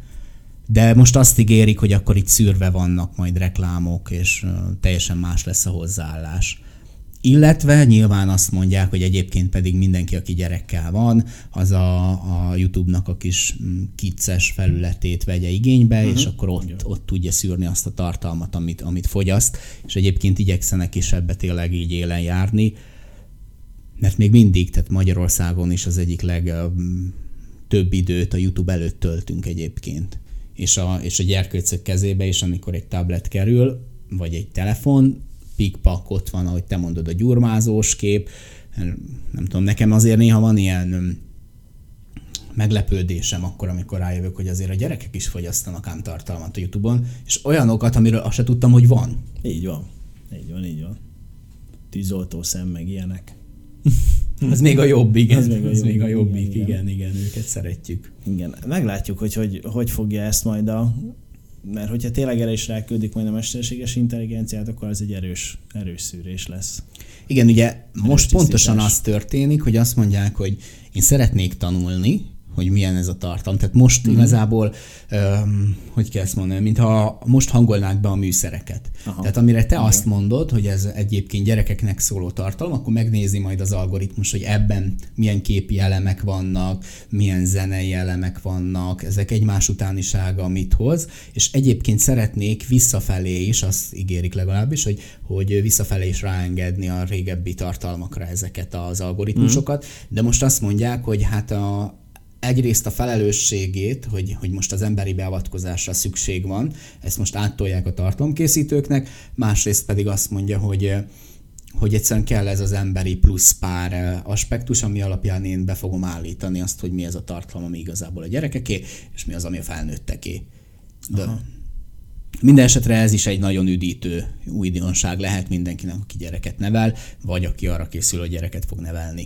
De most azt ígérik, hogy akkor itt szűrve vannak majd reklámok, és teljesen más lesz a hozzáállás. Illetve nyilván azt mondják, hogy egyébként pedig mindenki, aki gyerekkel van, az a, a YouTube-nak a kis kicces felületét vegye igénybe, uh-huh. és akkor ott, ott tudja szűrni azt a tartalmat, amit, amit fogyaszt, és egyébként igyekszenek is ebbe tényleg így élen járni, mert még mindig, tehát Magyarországon is az egyik legtöbb időt a YouTube előtt töltünk egyébként. És a, és a gyerkőcök kezébe is, amikor egy tablet kerül, vagy egy telefon, pikpak ott van, ahogy te mondod, a gyurmázós kép. Nem tudom, nekem azért néha van ilyen meglepődésem akkor, amikor rájövök, hogy azért a gyerekek is fogyasztanak ám tartalmat a YouTube-on, és olyanokat, amiről azt se tudtam, hogy van. Így van. Így van, így van. Tűzoltó szem, meg ilyenek. Ez még a jobbik, ez még a, ez még a jobbik, jobbik, igen, igen, igen, őket szeretjük. Igen, meglátjuk, hogy hogy, hogy fogja ezt majd a... Mert hogyha tényleg erre is ráküldik majd a mesterséges intelligenciát, akkor ez egy erős, erős szűrés lesz. Igen, ugye most pontosan az történik, hogy azt mondják, hogy én szeretnék tanulni, hogy milyen ez a tartalom. Tehát most mm-hmm. igazából, um, hogy kell ezt mondani, mintha most hangolnák be a műszereket. Aha. Tehát amire te Aha. azt mondod, hogy ez egyébként gyerekeknek szóló tartalom, akkor megnézi majd az algoritmus, hogy ebben milyen képi elemek vannak, milyen zenei elemek vannak, ezek egymás utánisága mit hoz, és egyébként szeretnék visszafelé is, azt ígérik legalábbis, hogy, hogy visszafelé is ráengedni a régebbi tartalmakra ezeket az algoritmusokat, mm. de most azt mondják, hogy hát a egyrészt a felelősségét, hogy, hogy most az emberi beavatkozásra szükség van, ezt most áttolják a tartalomkészítőknek, másrészt pedig azt mondja, hogy, hogy egyszerűen kell ez az emberi plusz pár aspektus, ami alapján én be fogom állítani azt, hogy mi ez a tartalom, ami igazából a gyerekeké, és mi az, ami a felnőtteké. De minden esetre ez is egy nagyon üdítő újdonság lehet mindenkinek, aki gyereket nevel, vagy aki arra készül, hogy gyereket fog nevelni.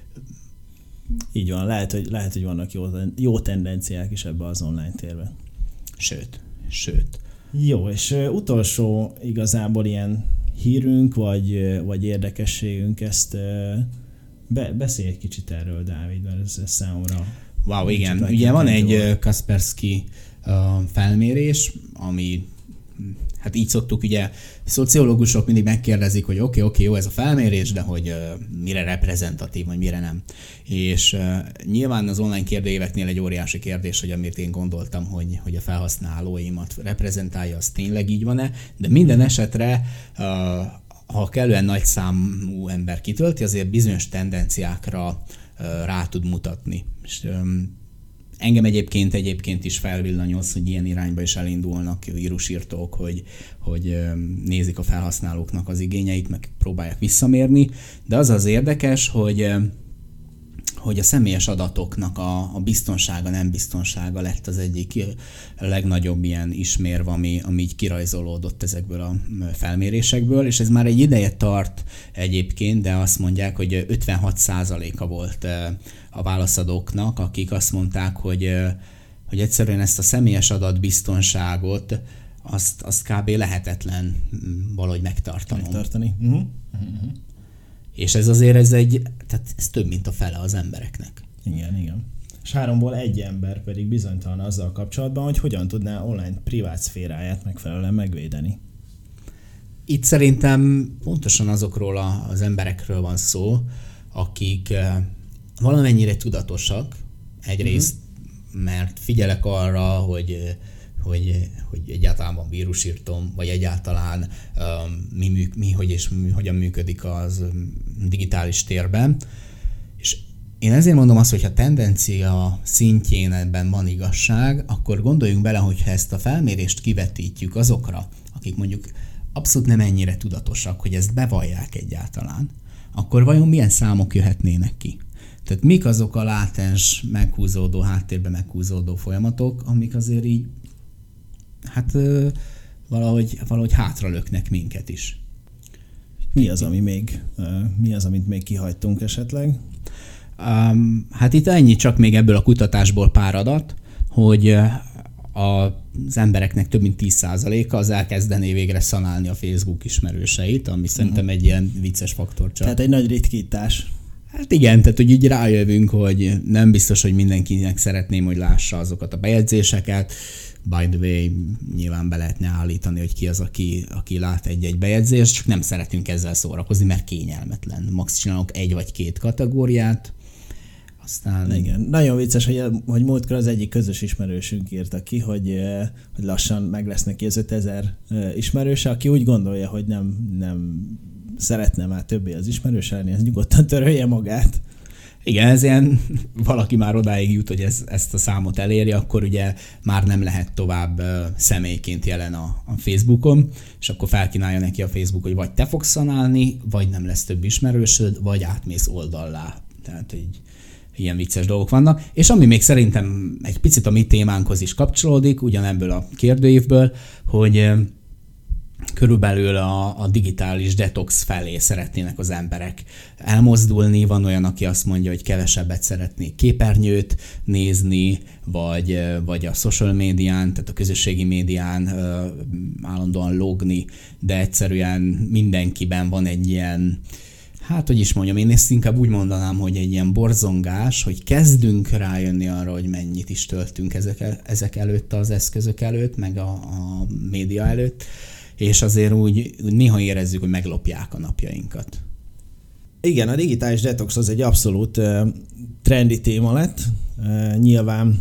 Így van, lehet, hogy, lehet, hogy vannak jó, jó tendenciák is ebbe az online térben. Sőt, sőt. Jó, és uh, utolsó igazából ilyen hírünk, vagy, uh, vagy érdekességünk, ezt uh, be, beszélj egy kicsit erről, Dávid, mert ez, ez számomra... Wow, igen. Ugye van egy Kaspersky uh, felmérés, ami hát így szoktuk, ugye szociológusok mindig megkérdezik, hogy oké, okay, oké, okay, jó ez a felmérés, de hogy uh, mire reprezentatív, vagy mire nem. És uh, nyilván az online kérdőíveknél egy óriási kérdés, hogy amit én gondoltam, hogy, hogy a felhasználóimat reprezentálja, az tényleg így van-e, de minden esetre uh, ha kellően nagy számú ember kitölti, azért bizonyos tendenciákra uh, rá tud mutatni. És, um, Engem egyébként egyébként is felvillanyoz, hogy ilyen irányba is elindulnak vírusírtók, hogy, hogy nézik a felhasználóknak az igényeit, meg próbálják visszamérni. De az az érdekes, hogy, hogy a személyes adatoknak a, a biztonsága, nem biztonsága lett az egyik legnagyobb ilyen ismérv, ami, ami így kirajzolódott ezekből a felmérésekből, és ez már egy ideje tart egyébként, de azt mondják, hogy ötvenhat százaléka volt a válaszadóknak, akik azt mondták, hogy, hogy egyszerűen ezt a személyes adatbiztonságot azt, azt kb. Lehetetlen valahogy megtartani. Megtartani. Uh-huh. Uh-huh. És ez azért ez egy, tehát ez több, mint a fele az embereknek. Igen, igen. És háromból egy ember pedig bizonytalan azzal kapcsolatban, hogy hogyan tudná online privát szféráját megfelelően megvédeni. Itt szerintem pontosan azokról az emberekről van szó, akik valamennyire tudatosak, egyrészt, uh-huh. mert figyelek arra, hogy, hogy, hogy egyáltalán van vírusírtom, vagy egyáltalán um, mi, mi, mi, hogy és mi, hogyan működik az digitális térben. És én ezért mondom azt, hogy ha tendencia szintjén ebben van igazság, akkor gondoljunk bele, hogyha ezt a felmérést kivetítjük azokra, akik mondjuk abszolút nem ennyire tudatosak, hogy ezt bevallják egyáltalán, akkor vajon milyen számok jöhetnének ki? Tehát mik azok a látens, meghúzódó, háttérbe meghúzódó folyamatok, amik azért így, hát valahogy, valahogy hátralöknek minket is. Mi az, ami még, mi az, amit még kihagytunk esetleg? Um, hát itt ennyi csak még ebből a kutatásból pár adat, hogy az embereknek több mint tíz százaléka az elkezdené végre szanálni a Facebook ismerőseit, ami uh-huh. szerintem egy ilyen vicces faktor csak. Tehát egy nagy ritkítás. Hát igen, tehát hogy így rájövünk, hogy nem biztos, hogy mindenkinek szeretném, hogy lássa azokat a bejegyzéseket. By the way, nyilván be lehetne állítani, hogy ki az, aki, aki lát egy-egy bejegyzést, csak nem szeretünk ezzel szórakozni, mert kényelmetlen. Max csinálok egy vagy két kategóriát, aztán... Igen. Nagyon vicces, hogy, hogy múltkor az egyik közös ismerősünk írta ki, hogy, hogy lassan meg lesz neki az ötezer ismerőse, aki úgy gondolja, hogy nem, nem szeretne már többé az ismerőse lenni, ez nyugodtan törölje magát. Igen, ez ilyen, valaki már odáig jut, hogy ez, ezt a számot eléri, akkor ugye már nem lehet tovább uh, személyként jelen a, a Facebookon, és akkor felkínálja neki a Facebook, hogy vagy te fogsz szanálni, vagy nem lesz több ismerősöd, vagy átmész oldallá. Tehát így ilyen vicces dolgok vannak. És ami még szerintem egy picit a mi témánkhoz is kapcsolódik, ugyanebből a kérdőívből, hogy uh, körülbelül a, a digitális detox felé szeretnének az emberek elmozdulni. Van olyan, aki azt mondja, hogy kevesebbet szeretnék képernyőt nézni, vagy, vagy a social médián, tehát a közösségi médián uh, állandóan logni, de egyszerűen mindenkiben van egy ilyen, hát hogy is mondjam, én ezt inkább úgy mondanám, hogy egy ilyen borzongás, hogy kezdünk rájönni arra, hogy mennyit is töltünk ezek, ezek előtt az eszközök előtt, meg a, a média előtt, és azért úgy néha érezzük, hogy meglopják a napjainkat. Igen, a digitális detox az egy abszolút uh, trendi téma lett. Uh, nyilván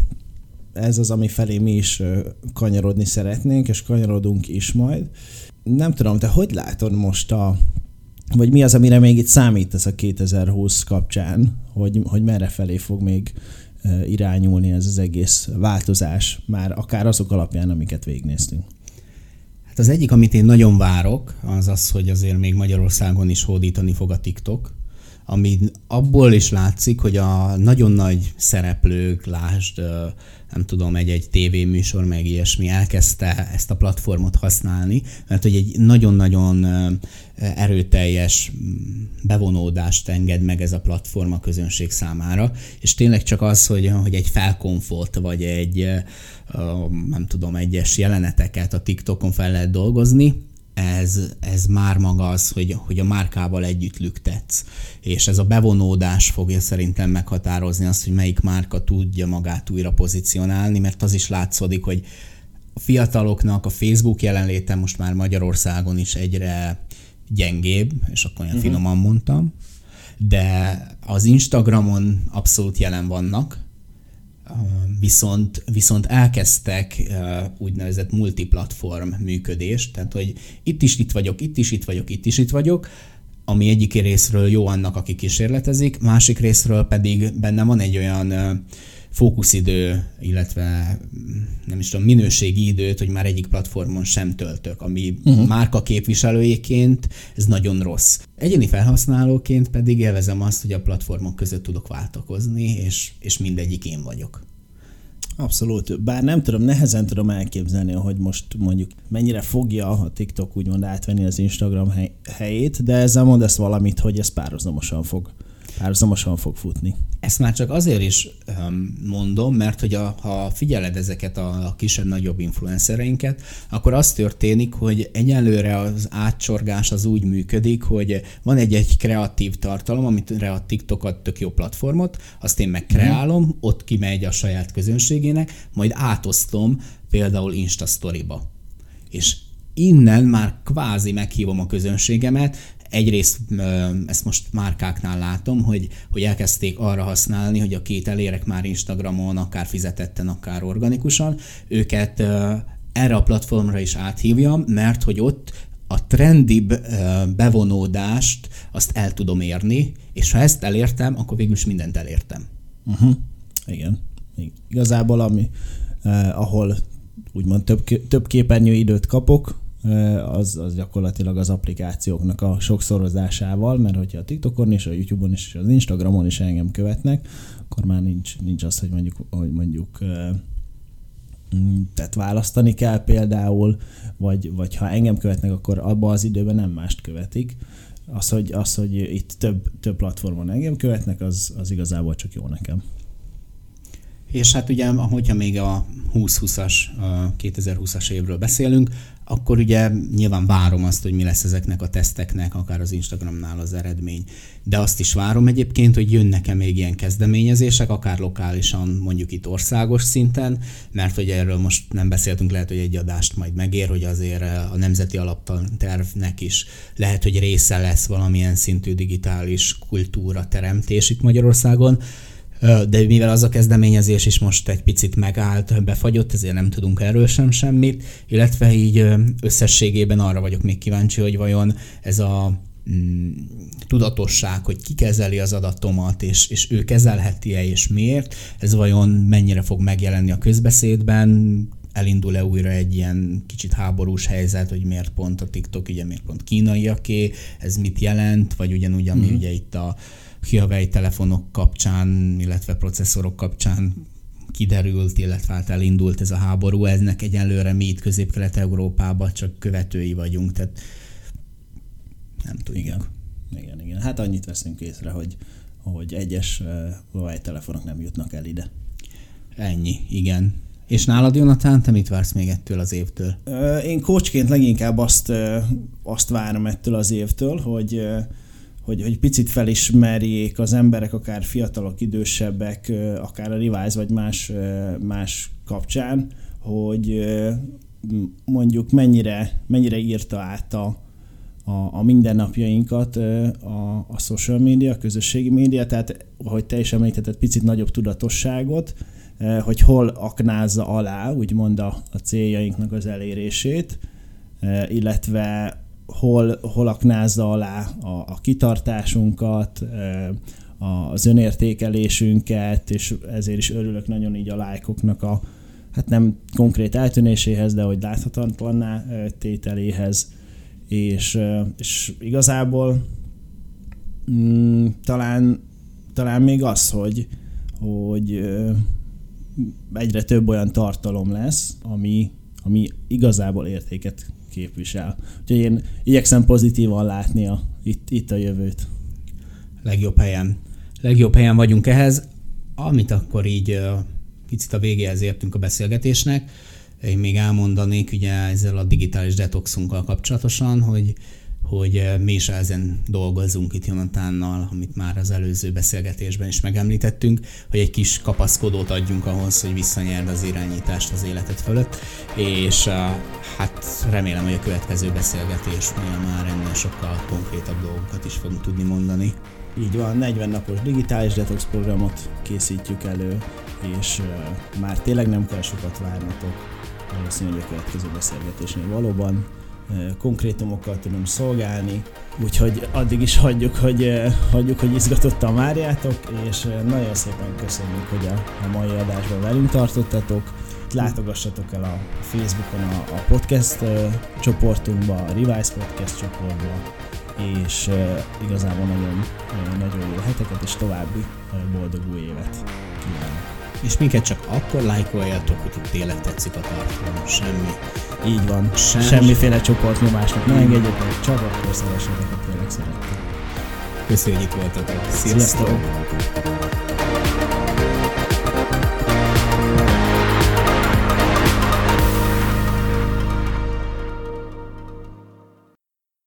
ez az, ami felé mi is uh, kanyarodni szeretnénk, és kanyarodunk is majd. Nem tudom, te hogy látod most a, vagy mi az, amire még itt számítasz a kétezer-húsz kapcsán, hogy, hogy merre felé fog még uh, irányulni ez az egész változás, már akár azok alapján, amiket végignéztünk? Hát az egyik, amit én nagyon várok, az az, hogy azért még Magyarországon is hódítani fog a TikTok, ami abból is látszik, hogy a nagyon nagy szereplők, lásd, nem tudom, egy-egy tévéműsor, meg ilyesmi elkezdte ezt a platformot használni, mert hogy egy nagyon-nagyon erőteljes bevonódást enged meg ez a platform a közönség számára, és tényleg csak az, hogy, hogy egy felkonfort, vagy egy, nem tudom, egyes jeleneteket a TikTokon fel lehet dolgozni, Ez, ez már maga az, hogy, hogy a márkával együtt lüktetsz. És ez a bevonódás fogja szerintem meghatározni azt, hogy melyik márka tudja magát újra pozícionálni, mert az is látszódik, hogy a fiataloknak a Facebook jelenléte most már Magyarországon is egyre gyengébb, és akkor olyan uh-huh. finoman mondtam, de az Instagramon abszolút jelen vannak, Viszont, viszont elkezdtek uh, úgynevezett multiplatform működést, tehát hogy itt is itt vagyok, itt is itt vagyok, itt is itt vagyok, ami egyik részről jó annak, aki kísérletezik, másik részről pedig benne van egy olyan uh, fókuszidő, illetve nem is tudom, minőségi időt, hogy már egyik platformon sem töltök, ami uh-huh. márka képviselőjéként ez nagyon rossz. Egyéni felhasználóként pedig élvezem azt, hogy a platformok között tudok váltakozni, és, és mindegyik én vagyok. Abszolút. Bár nem tudom, nehezen tudom elképzelni, hogy most mondjuk mennyire fogja a TikTok úgymond átvenni az Instagram helyét, de ezzel mondasz valamit, hogy ez párhuzamosan fog, párhuzamosan fog futni. Ezt már csak azért is mondom, mert hogy a, ha figyeled ezeket a kisebb-nagyobb influencereinket, akkor az történik, hogy egyelőre az átcsorgás az úgy működik, hogy van egy-egy kreatív tartalom, amire a TikTok ad tök jó platformot, azt én megkreálom, mm. ott kimegy a saját közönségének, majd átosztom például Insta Storyba. És innen már kvázi meghívom a közönségemet. Egyrészt ezt most márkáknál látom, hogy, hogy elkezdték arra használni, hogy akit elérek már Instagramon, akár fizetetten, akár organikusan, őket erre a platformra is áthívjam, mert hogy ott a trendibb bevonódást azt el tudom érni, és ha ezt elértem, akkor végül is mindent elértem. Uh-huh. Igen. Igazából ami, eh, ahol úgymond több, több képernyőidőt kapok, Az, az gyakorlatilag az applikációknak a sokszorozásával, mert hogyha a TikTokon és a YouTube-on és az Instagramon is engem követnek, akkor már nincs, nincs az, hogy mondjuk, hogy mondjuk tehát választani kell például, vagy, vagy ha engem követnek, akkor abban az időben nem mást követik. Az, hogy, az, hogy itt több, több platformon engem követnek, az, az igazából csak jó nekem. És hát ugye, hogyha még a húsz-húszas, a kétezer-húszas évről beszélünk, akkor ugye nyilván várom azt, hogy mi lesz ezeknek a teszteknek, akár az Instagramnál az eredmény. De azt is várom egyébként, hogy jönnek-e még ilyen kezdeményezések, akár lokálisan, mondjuk itt országos szinten, mert hogy erről most nem beszéltünk, lehet, hogy egy adást majd megér, hogy azért a Nemzeti Alaptervnek is lehet, hogy része lesz valamilyen szintű digitális kultúra teremtés itt Magyarországon. De mivel az a kezdeményezés is most egy picit megállt, befagyott, ezért nem tudunk erről sem semmit, illetve így összességében arra vagyok még kíváncsi, hogy vajon ez a mm, tudatosság, hogy ki kezeli az adatomat, és, és ő kezelheti-e, és miért, ez vajon mennyire fog megjelenni a közbeszédben, elindul-e újra egy ilyen kicsit háborús helyzet, hogy miért pont a TikTok, ugye miért pont kínaiaké, ez mit jelent, vagy ugyanúgy, ami mm. ugye itt a Huawei telefonok kapcsán, illetve processzorok kapcsán kiderült, illetve hát elindult ez a háború. Eznek egyenlőre mi itt Közép-Kelet-Európában csak követői vagyunk, tehát nem tudjuk. Igen, igen, igen. Hát annyit veszünk észre, hogy, hogy egyes uh, Huawei telefonok nem jutnak el ide. Ennyi, igen. És nálad, Jonatán, te mit vársz még ettől az évtől? Uh, én coachként leginkább azt, uh, azt várom ettől az évtől, hogy uh, Hogy, hogy picit felismerjék az emberek, akár fiatalok, idősebbek, akár a Revice vagy más, más kapcsán, hogy mondjuk mennyire, mennyire írta át a, a, a mindennapjainkat a, a social media, a közösségi média, tehát ahogy te is említetted, picit nagyobb tudatosságot, hogy hol aknázza alá, úgymond a, a céljainknak az elérését, illetve hol, hol aknázza alá a, a kitartásunkat, az önértékelésünket, és ezért is örülök nagyon így a lájkoknak a, hát nem konkrét eltűnéséhez, de hogy láthatatlanná tételéhez, és, és igazából mm, talán, talán még az, hogy, hogy egyre több olyan tartalom lesz, ami, ami igazából értéket képvisel. Úgyhogy én igyekszem pozitívan látni a, itt, itt a jövőt. Legjobb helyen. Legjobb helyen vagyunk ehhez. Amit akkor így picit a végéhez értünk a beszélgetésnek, én még elmondanék ugye ezzel a digitális detoxunkkal kapcsolatosan, hogy, hogy mi is ezen dolgozunk itt Jonatánnal, amit már az előző beszélgetésben is megemlítettünk, hogy egy kis kapaszkodót adjunk ahhoz, hogy visszanyerd az irányítást az életed fölött, és hát remélem, hogy a következő beszélgetésnél már ennél sokkal konkrétabb dolgokat is fogunk tudni mondani. Így van, negyven napos digitális detox programot készítjük elő, és uh, már tényleg nem kell sokat várnatok. Valószínűleg a következő beszélgetésnél valóban uh, konkrétumokkal tudunk szolgálni, úgyhogy addig is hagyjuk, hogy, uh, hagyjuk, hogy izgatottan várjátok, és uh, nagyon szépen köszönjük, hogy a, a mai adásban velünk tartottatok. Látogassatok el a Facebookon a, a podcast uh, csoportunkba, a Revise Podcast csoportba, és uh, igazából nagyon, uh, nagyon jó heteket és további uh, boldog új évet kívánok. És minket csak akkor lájkoljatok, hogy tényleg tetszik a tartalom, semmi. Így van, Sem, semmiféle csoportnyomásnak ne engedjetek, csak akkor szeressetek, hogy tényleg szerettek. Köszönjük, hogy itt voltatok. Sziasztok! Sziasztok.